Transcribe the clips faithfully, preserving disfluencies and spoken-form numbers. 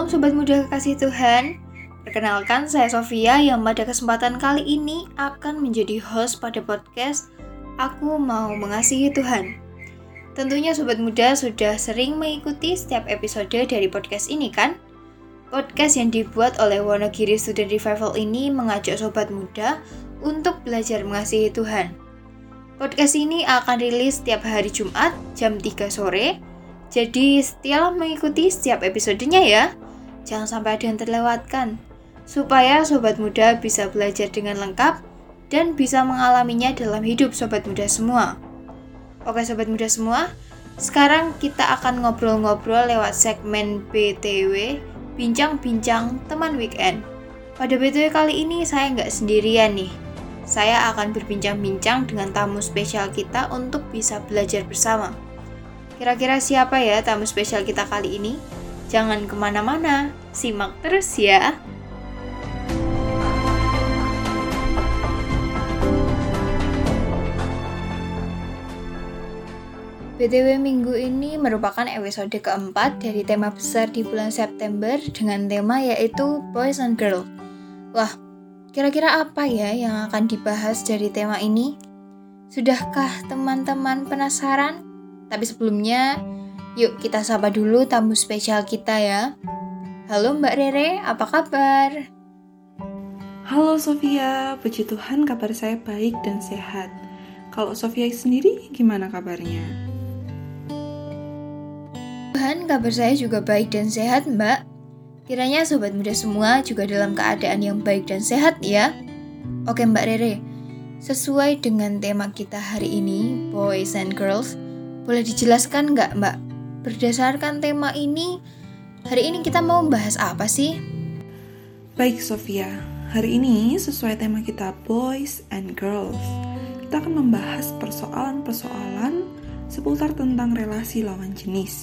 Sobat Muda Kekasih Tuhan. Perkenalkan, saya Sofia yang pada kesempatan kali ini akan menjadi host pada podcast Aku Mau Mengasihi Tuhan. Tentunya Sobat Muda sudah sering mengikuti setiap episode dari podcast ini kan? Podcast yang dibuat oleh Wonogiri Student Revival ini mengajak Sobat Muda untuk belajar mengasihi Tuhan. Podcast ini akan rilis setiap hari Jumat jam tiga sore. Jadi setialah mengikuti setiap episodenya ya. Jangan sampai ada yang terlewatkan. Supaya Sobat Muda bisa belajar dengan lengkap dan bisa mengalaminya dalam hidup Sobat Muda semua. Oke Sobat Muda semua, sekarang kita akan ngobrol-ngobrol lewat segmen B T W, Bincang-Bincang Teman Weekend. Pada B T W kali ini saya nggak sendirian nih. Saya akan berbincang-bincang dengan tamu spesial kita untuk bisa belajar bersama. Kira-kira siapa ya tamu spesial kita kali ini? Jangan kemana-mana, simak terus ya. B T W minggu ini merupakan episode keempat dari tema besar di bulan September dengan tema yaitu Boys and Girls. Wah, kira-kira apa ya yang akan dibahas dari tema ini? Sudahkah teman-teman penasaran? Tapi sebelumnya, yuk kita sapa dulu tamu spesial kita ya. Halo Mbak Rere, apa kabar? Halo Sofia, puji Tuhan kabar saya baik dan sehat. Kalau Sofia sendiri gimana kabarnya? Tuhan, kabar saya juga baik dan sehat Mbak. Kiranya Sobat Muda semua juga dalam keadaan yang baik dan sehat ya. Oke Mbak Rere, sesuai dengan tema kita hari ini, Boys and Girls, boleh dijelaskan nggak Mbak, berdasarkan tema ini, hari ini kita mau membahas apa sih? Baik Sofia, hari ini sesuai tema kita Boys and Girls, kita akan membahas persoalan-persoalan seputar tentang relasi lawan jenis.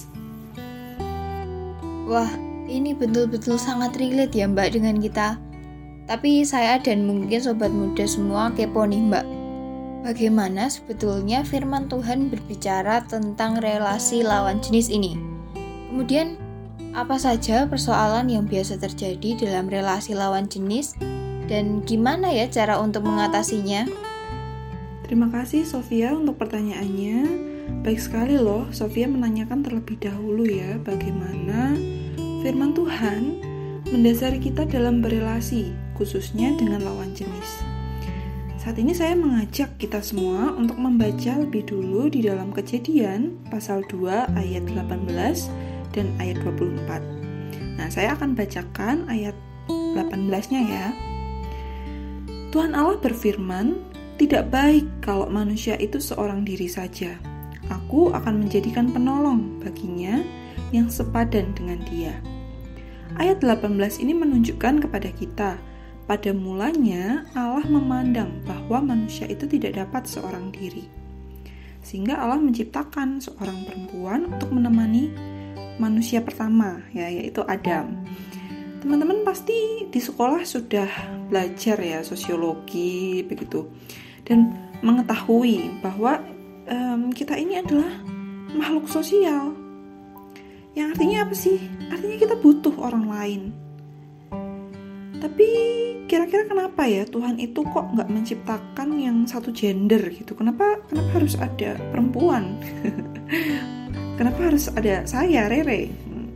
Wah, ini betul-betul sangat relate ya Mbak dengan kita. Tapi saya dan mungkin Sobat Muda semua kepo nih Mbak. Bagaimana sebetulnya firman Tuhan berbicara tentang relasi lawan jenis ini? Kemudian, apa saja persoalan yang biasa terjadi dalam relasi lawan jenis dan gimana ya cara untuk mengatasinya? Terima kasih Sofia untuk pertanyaannya. Baik sekali loh, Sofia menanyakan terlebih dahulu ya bagaimana firman Tuhan mendasari kita dalam berelasi, khususnya dengan lawan jenis. Saat ini saya mengajak kita semua untuk membaca lebih dulu di dalam Kejadian pasal dua ayat delapan belas dan ayat dua puluh empat. Nah, saya akan bacakan ayat delapan belas-nya ya. Tuhan Allah berfirman, "Tidak baik kalau manusia itu seorang diri saja. Aku akan menjadikan penolong baginya yang sepadan dengan dia." Ayat delapan belas ini menunjukkan kepada kita, pada mulanya Allah memandang bahwa manusia itu tidak dapat seorang diri. Sehingga Allah menciptakan seorang perempuan untuk menemani manusia pertama, ya, yaitu Adam. Teman-teman pasti di sekolah sudah belajar ya sosiologi begitu, dan mengetahui bahwa um, kita ini adalah makhluk sosial. Yang artinya apa sih? Artinya kita butuh orang lain. Tapi kira-kira kenapa ya Tuhan itu kok nggak menciptakan yang satu gender gitu? Kenapa kenapa harus ada perempuan? Kenapa harus ada saya, Rere?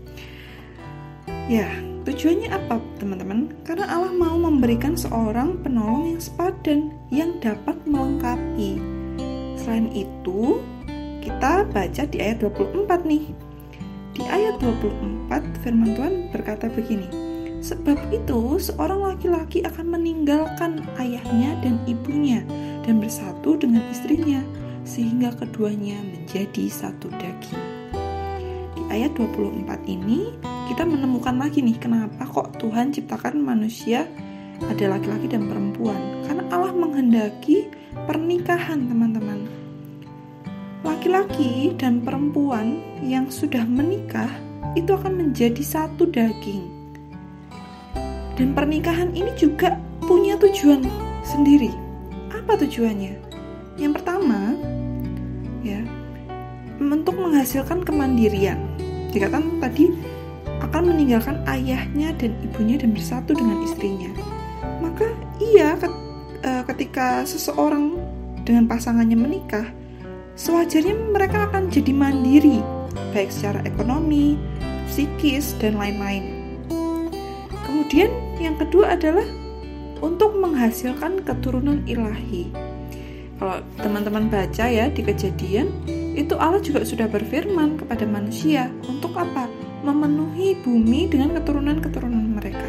Ya, tujuannya apa teman-teman? Karena Allah mau memberikan seorang penolong yang sepadan, yang dapat melengkapi. Selain itu, kita baca di ayat dua puluh empat nih. Di ayat dua puluh empat firman Tuhan berkata begini, "Sebab itu seorang laki-laki akan meninggalkan ayahnya dan ibunya dan bersatu dengan istrinya, sehingga keduanya menjadi satu daging." Di ayat dua puluh empat ini kita menemukan lagi nih kenapa kok Tuhan ciptakan manusia ada laki-laki dan perempuan. Karena Allah menghendaki pernikahan teman-teman. Laki-laki dan perempuan yang sudah menikah itu akan menjadi satu daging. Dan pernikahan ini juga punya tujuan sendiri. Apa tujuannya? Yang pertama, ya, untuk menghasilkan kemandirian. Dikatakan tadi akan meninggalkan ayahnya dan ibunya dan bersatu dengan istrinya. Maka iya, ketika seseorang dengan pasangannya menikah, sewajarnya mereka akan jadi mandiri, baik secara ekonomi, psikis, dan lain-lain. Kemudian yang kedua adalah untuk menghasilkan keturunan ilahi. Kalau teman-teman baca ya di Kejadian, itu Allah juga sudah berfirman kepada manusia untuk apa? Memenuhi bumi dengan keturunan-keturunan mereka.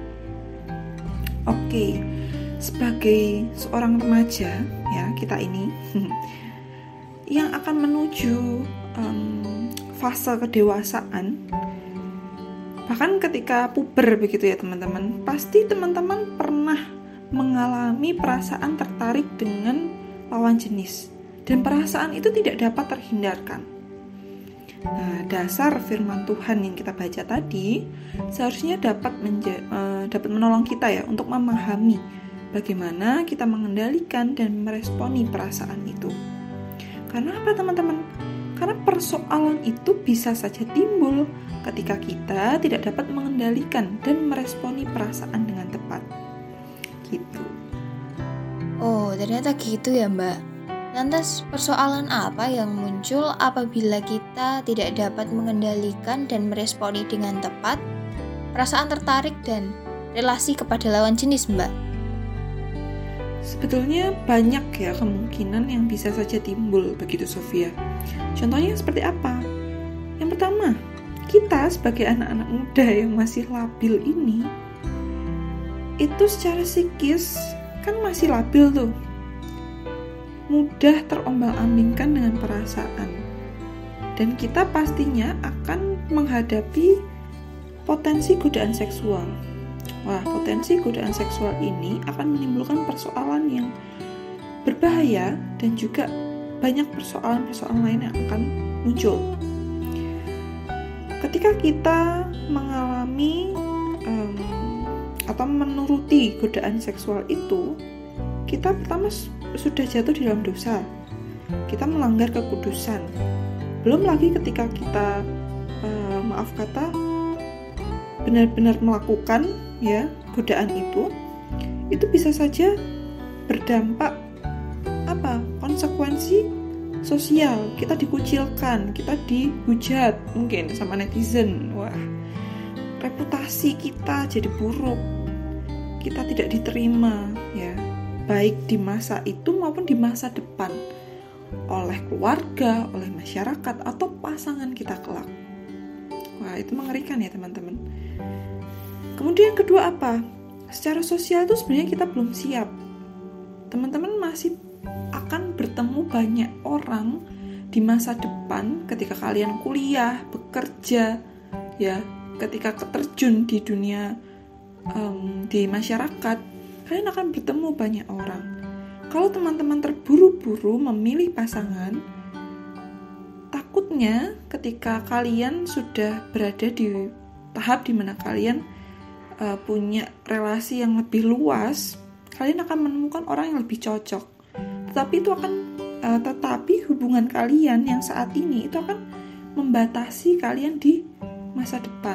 Oke, sebagai seorang remaja ya kita ini yang akan menuju um, fase kedewasaan, bahkan ketika puber begitu ya teman-teman, pasti teman-teman pernah mengalami perasaan tertarik dengan lawan jenis, dan perasaan itu tidak dapat terhindarkan. Nah, dasar firman Tuhan yang kita baca tadi seharusnya dapat menja- uh, dapat menolong kita ya untuk memahami bagaimana kita mengendalikan dan meresponi perasaan itu. Karena apa teman-teman? Karena persoalan itu bisa saja timbul ketika kita tidak dapat mengendalikan dan meresponi perasaan dengan tepat. Gitu. Oh, ternyata gitu ya, Mbak. Lantas persoalan apa yang muncul apabila kita tidak dapat mengendalikan dan meresponi dengan tepat perasaan tertarik dan relasi kepada lawan jenis, Mbak? Sebetulnya banyak ya kemungkinan yang bisa saja timbul begitu, Sofia. Contohnya seperti apa? Yang pertama, kita sebagai anak-anak muda yang masih labil ini, itu secara psikis kan masih labil tuh, mudah terombang-ambingkan dengan perasaan, dan kita pastinya akan menghadapi potensi godaan seksual. Wah, potensi godaan seksual ini akan menimbulkan persoalan yang berbahaya dan juga banyak persoalan-persoalan lain yang akan muncul. Ketika kita mengalami um, atau menuruti godaan seksual itu, kita pertama sudah jatuh di dalam dosa. Kita melanggar kekudusan. Belum lagi ketika kita uh, maaf kata benar-benar melakukan ya godaan itu, itu bisa saja berdampak apa? Konsekuensi sosial. Kita dikucilkan, kita dihujat mungkin sama netizen. Wah, reputasi kita jadi buruk, kita tidak diterima ya, baik di masa itu maupun di masa depan oleh keluarga, oleh masyarakat atau pasangan kita kelak. Wah, itu mengerikan ya teman-teman. Kemudian kedua apa? Secara sosial itu sebenarnya kita belum siap. Teman-teman masih akan bertemu banyak orang di masa depan ketika kalian kuliah, bekerja ya, ketika terjun di dunia um, di masyarakat, kalian akan bertemu banyak orang. Kalau teman-teman terburu-buru memilih pasangan, takutnya ketika kalian sudah berada di tahap di mana kalian uh, punya relasi yang lebih luas, kalian akan menemukan orang yang lebih cocok. Tetapi itu akan uh, tetapi hubungan kalian yang saat ini itu akan membatasi kalian di masa depan.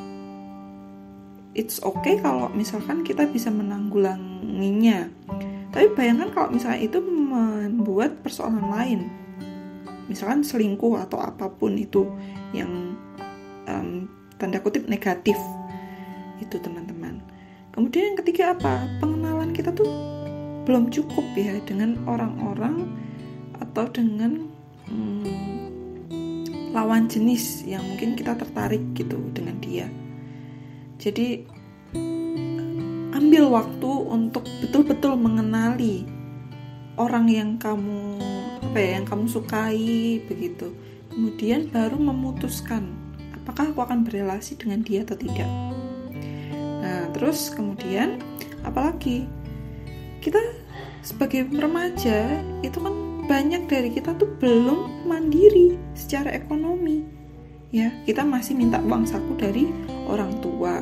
It's okay kalau misalkan kita bisa menanggulanginya. Tapi bayangkan kalau misalnya itu membuat persoalan lain. Misalkan selingkuh atau apapun itu yang um, tanda kutip negatif. Itu teman-teman. Kemudian yang ketiga apa? Pengenalan kita tuh belum cukup ya dengan orang-orang atau dengan hmm, lawan jenis yang mungkin kita tertarik gitu dengan dia. Jadi ambil waktu untuk betul-betul mengenali orang yang kamu apa ya, yang kamu sukai begitu. Kemudian baru memutuskan apakah aku akan berelasi dengan dia atau tidak. Nah, terus kemudian apalagi kita sebagai remaja itu kan banyak dari kita tuh belum mandiri secara ekonomi. Ya, kita masih minta uang saku dari orang tua.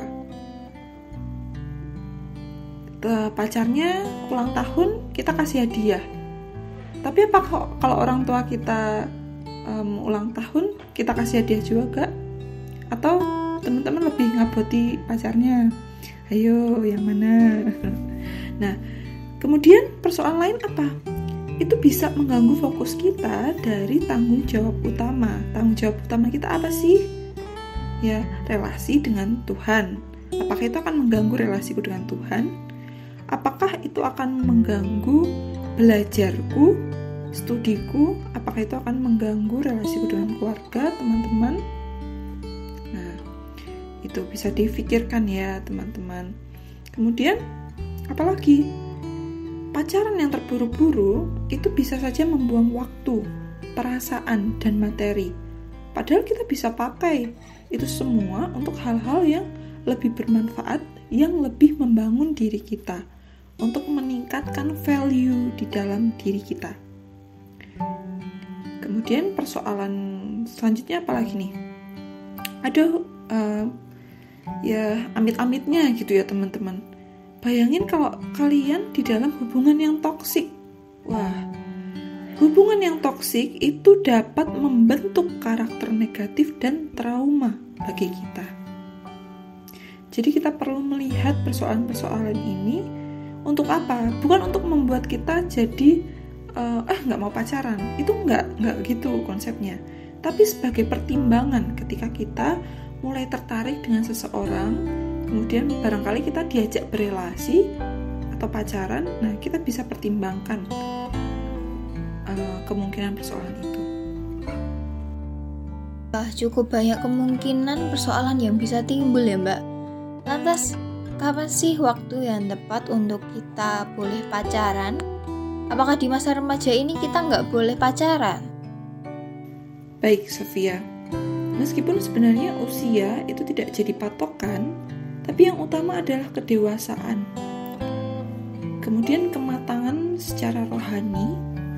Ke pacarnya ulang tahun kita kasih hadiah. Tapi apa kalau orang tua kita um, ulang tahun kita kasih hadiah juga gak? Atau teman-teman lebih ngaboti pacarnya? Ayo, yang mana? Nah, kemudian persoalan lain apa? Itu bisa mengganggu fokus kita dari tanggung jawab utama. Tanggung jawab utama kita apa sih? Ya, relasi dengan Tuhan. Apakah itu akan mengganggu relasiku dengan Tuhan? Apakah itu akan mengganggu belajarku, studiku? Apakah itu akan mengganggu relasiku dengan keluarga, teman-teman? Nah, itu bisa difikirkan ya, teman-teman. Kemudian, apalagi? Pacaran yang terburu-buru itu bisa saja membuang waktu, perasaan, dan materi. Padahal kita bisa pakai itu semua untuk hal-hal yang lebih bermanfaat, yang lebih membangun diri kita, untuk meningkatkan value di dalam diri kita. Kemudian persoalan selanjutnya apa lagi nih? Ada uh, ya amit-amitnya gitu ya teman-teman. Bayangin kalau kalian di dalam hubungan yang toksik. Wah, hubungan yang toksik itu dapat membentuk karakter negatif dan trauma bagi kita. Jadi kita perlu melihat persoalan-persoalan ini untuk apa? Bukan untuk membuat kita jadi uh, ah nggak mau pacaran. Itu nggak nggak gitu konsepnya. Tapi sebagai pertimbangan ketika kita mulai tertarik dengan seseorang, kemudian barangkali kita diajak berelasi atau pacaran, nah kita bisa pertimbangkan uh, kemungkinan persoalan itu. Wah, cukup banyak kemungkinan persoalan yang bisa timbul ya Mbak. Lantas, kapan sih waktu yang tepat untuk kita boleh pacaran? Apakah di masa remaja ini kita nggak boleh pacaran? Baik, Sofia. Meskipun sebenarnya usia itu tidak jadi patokan, tapi yang utama adalah kedewasaan. Kemudian kematangan secara rohani,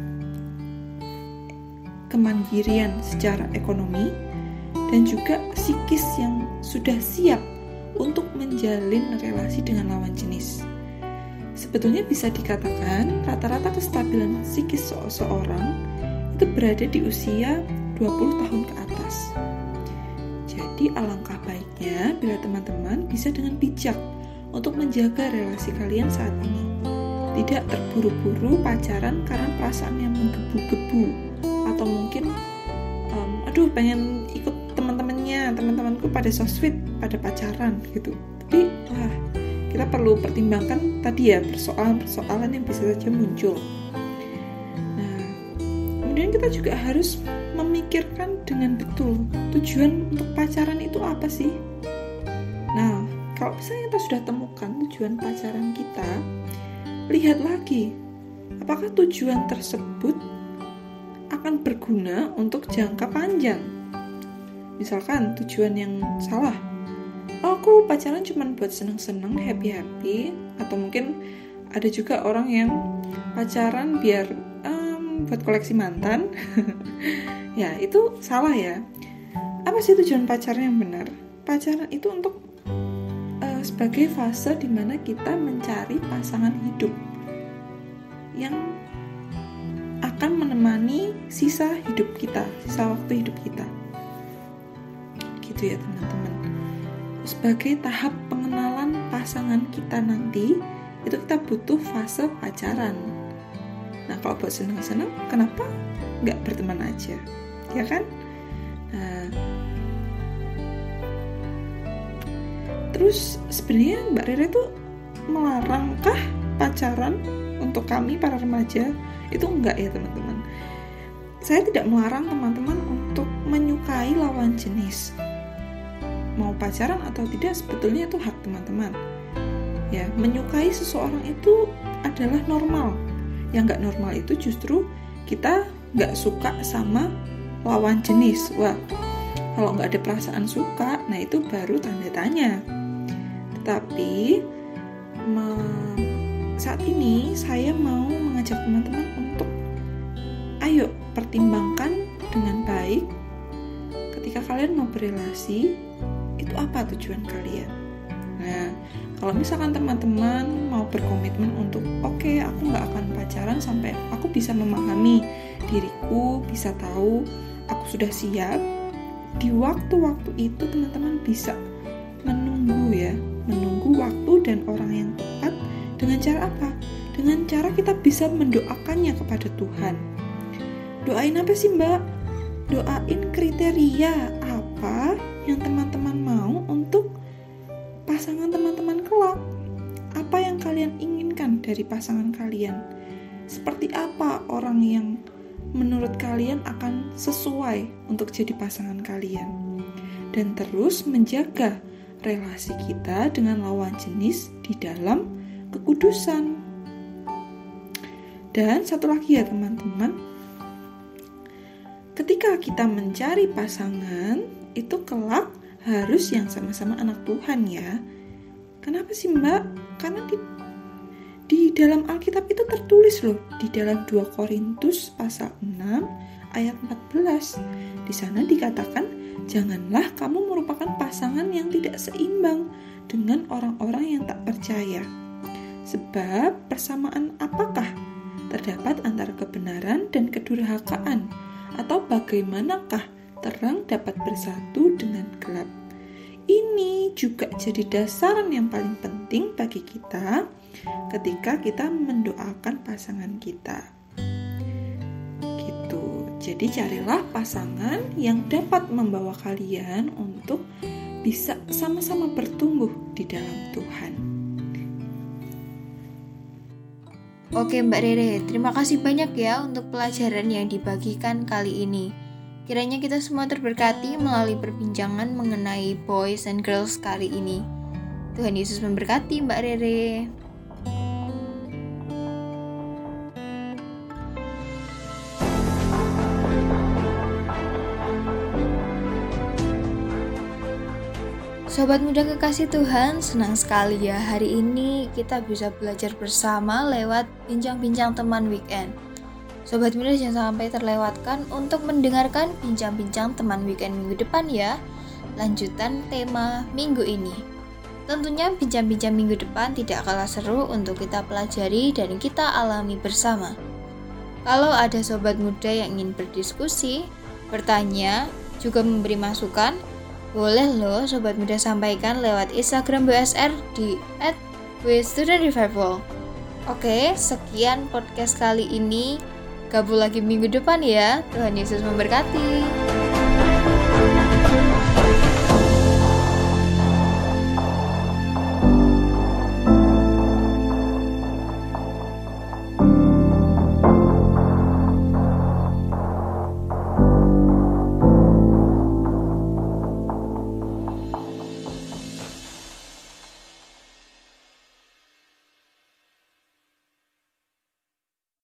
kemandirian secara ekonomi, dan juga psikis yang sudah siap untuk menjalin relasi dengan lawan jenis. Sebetulnya bisa dikatakan rata-rata kestabilan psikis seseorang itu berada di usia dua puluh tahun ke atas. Jadi alangkah baiknya bila teman-teman bisa dengan bijak untuk menjaga relasi kalian saat ini. Tidak terburu-buru pacaran karena perasaan yang menggebu-gebu, atau mungkin um, aduh pengen ikut teman-temannya, teman-temanku pada so sweet, pada pacaran gitu. Tapi wah, kita perlu pertimbangkan tadi ya persoalan-persoalan yang bisa saja muncul. Nah, kemudian kita juga harus memikirkan dengan betul tujuan untuk pacaran itu apa sih? Nah, kalau misalnya kita sudah temukan tujuan pacaran kita, lihat lagi apakah tujuan tersebut akan berguna untuk jangka panjang. Misalkan tujuan yang salah, oh, aku pacaran cuma buat seneng-seneng, happy-happy, atau mungkin ada juga orang yang pacaran biar um, buat koleksi mantan. Ya, itu salah ya. Apa sih tujuan pacaran yang benar? Pacaran itu untuk uh, sebagai fase di mana kita mencari pasangan hidup yang akan menemani sisa hidup kita, sisa waktu hidup kita. Gitu ya teman-teman. Sebagai tahap pengenalan pasangan kita nanti, itu kita butuh fase pacaran. Nah, kalau buat seneng-seneng, kenapa nggak berteman aja? Ya kan? Nah, terus sebenarnya Mbak Rere tuh melarangkah pacaran untuk kami para remaja? Itu enggak ya teman-teman. Saya tidak melarang teman-teman untuk menyukai lawan jenis. Mau pacaran atau tidak sebetulnya itu hak teman-teman. Ya, menyukai seseorang itu adalah normal. Yang enggak normal itu justru kita enggak suka sama lawan jenis. Wah, kalau nggak ada perasaan suka, nah itu baru tanda tanya. Tetapi me- saat ini saya mau mengajak teman-teman untuk ayo pertimbangkan dengan baik ketika kalian mau berelasi, itu apa tujuan kalian. Nah, kalau misalkan teman-teman mau berkomitmen untuk oke, okay, aku nggak akan pacaran sampai aku bisa memahami diriku, bisa tahu aku sudah siap, di waktu-waktu itu teman-teman bisa menunggu ya, menunggu waktu dan orang yang tepat. Dengan cara apa? Dengan cara kita bisa mendoakannya kepada Tuhan. Doain apa sih Mbak? Doain kriteria apa yang teman-teman mau untuk pasangan teman-teman kelak. Apa yang kalian inginkan dari pasangan kalian? Seperti apa orang yang menurut kalian akan sesuai untuk jadi pasangan kalian? Dan terus menjaga relasi kita dengan lawan jenis di dalam kekudusan. Dan satu lagi ya teman-teman, ketika kita mencari pasangan, itu kelak harus yang sama-sama anak Tuhan ya. Kenapa sih Mbak? Karena di Di dalam Alkitab itu tertulis loh, di dalam dua Korintus pasal enam ayat empat belas. Di sana dikatakan, janganlah kamu merupakan pasangan yang tidak seimbang dengan orang-orang yang tak percaya. Sebab persamaan apakah terdapat antara kebenaran dan kedurhakaan? Atau bagaimanakah terang dapat bersatu dengan gelap? Ini juga jadi dasaran yang paling penting bagi kita ketika kita mendoakan pasangan kita. Gitu. Jadi carilah pasangan yang dapat membawa kalian untuk bisa sama-sama bertumbuh di dalam Tuhan. Oke Mbak Rere, terima kasih banyak ya untuk pelajaran yang dibagikan kali ini. Kiranya kita semua terberkati melalui perbincangan mengenai boys and girls kali ini. Tuhan Yesus memberkati Mbak Rere. Sobat muda kekasih Tuhan, senang sekali ya hari ini kita bisa belajar bersama lewat bincang-bincang teman weekend. Sobat muda jangan sampai terlewatkan untuk mendengarkan bincang-bincang teman weekend minggu depan ya. Lanjutan tema minggu ini. Tentunya bincang-bincang minggu depan tidak kalah seru untuk kita pelajari dan kita alami bersama. Kalau ada sobat muda yang ingin berdiskusi, bertanya, juga memberi masukan, boleh loh sobat muda sampaikan lewat Instagram B S R di at student revival. Oke, sekian podcast kali ini. Gabung lagi minggu depan ya. Tuhan Yesus memberkati.